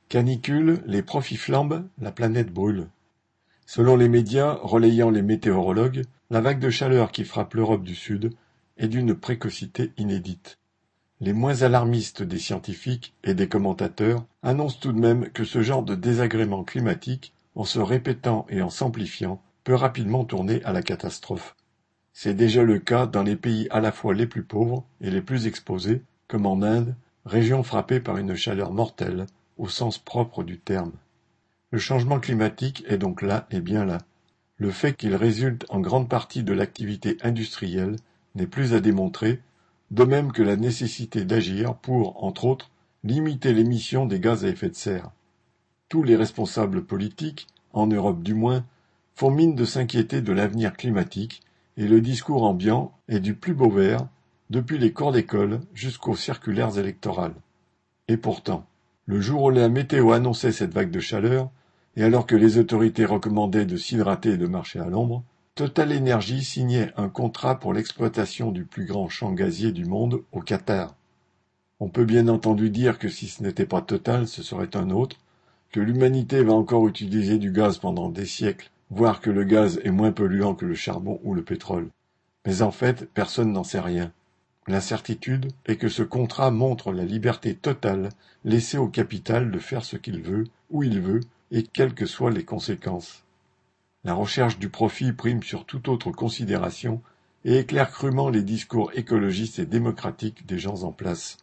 Canicule, les profits flambent, la planète brûle. Selon les médias relayant les météorologues, la vague de chaleur qui frappe l'Europe du Sud est d'une précocité inédite. Les moins alarmistes des scientifiques et des commentateurs annoncent tout de même que ce genre de désagrément climatique, en se répétant et en s'amplifiant, peut rapidement tourner à la catastrophe. C'est déjà le cas dans les pays à la fois les plus pauvres et les plus exposés, comme en Inde, région frappée par une chaleur mortelle, au sens propre du terme. Le changement climatique est donc là et bien là. Le fait qu'il résulte en grande partie de l'activité industrielle n'est plus à démontrer, de même que la nécessité d'agir pour, entre autres, limiter l'émission des gaz à effet de serre. Tous les responsables politiques, en Europe du moins, font mine de s'inquiéter de l'avenir climatique et le discours ambiant est du plus beau vert, depuis les cours d'école jusqu'aux circulaires électorales. Et pourtant, le jour où la météo annonçait cette vague de chaleur, et alors que les autorités recommandaient de s'hydrater et de marcher à l'ombre, Total Energy signait un contrat pour l'exploitation du plus grand champ gazier du monde au Qatar. On peut bien entendu dire que si ce n'était pas Total, ce serait un autre, que l'humanité va encore utiliser du gaz pendant des siècles, voire que le gaz est moins polluant que le charbon ou le pétrole. Mais en fait, personne n'en sait rien. L'incertitude est que ce contrat montre la liberté totale laissée au capital de faire ce qu'il veut, où il veut, et quelles que soient les conséquences. La recherche du profit prime sur toute autre considération et éclaire crûment les discours écologistes et démocratiques des gens en place.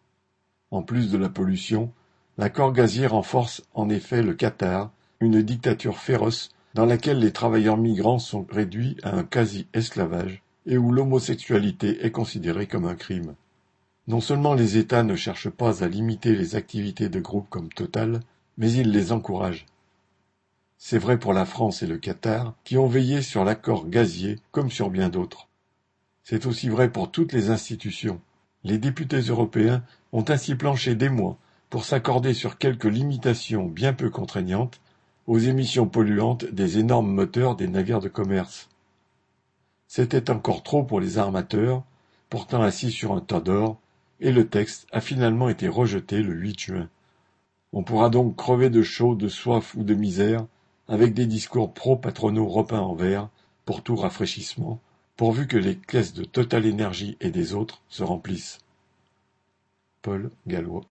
En plus de la pollution, l'accord gazier renforce en effet le Qatar, une dictature féroce dans laquelle les travailleurs migrants sont réduits à un quasi-esclavage et où l'homosexualité est considérée comme un crime. Non seulement les États ne cherchent pas à limiter les activités de groupes comme Total, mais ils les encouragent. C'est vrai pour la France et le Qatar, qui ont veillé sur l'accord gazier comme sur bien d'autres. C'est aussi vrai pour toutes les institutions. Les députés européens ont ainsi planché des mois pour s'accorder sur quelques limitations bien peu contraignantes aux émissions polluantes des énormes moteurs des navires de commerce. C'était encore trop pour les armateurs, pourtant assis sur un tas d'or, et le texte a finalement été rejeté le 8 juin. On pourra donc crever de chaud, de soif ou de misère, avec des discours pro-patronaux repeints en vert, pour tout rafraîchissement, pourvu que les caisses de Total Energy et des autres se remplissent. Paul Gallois.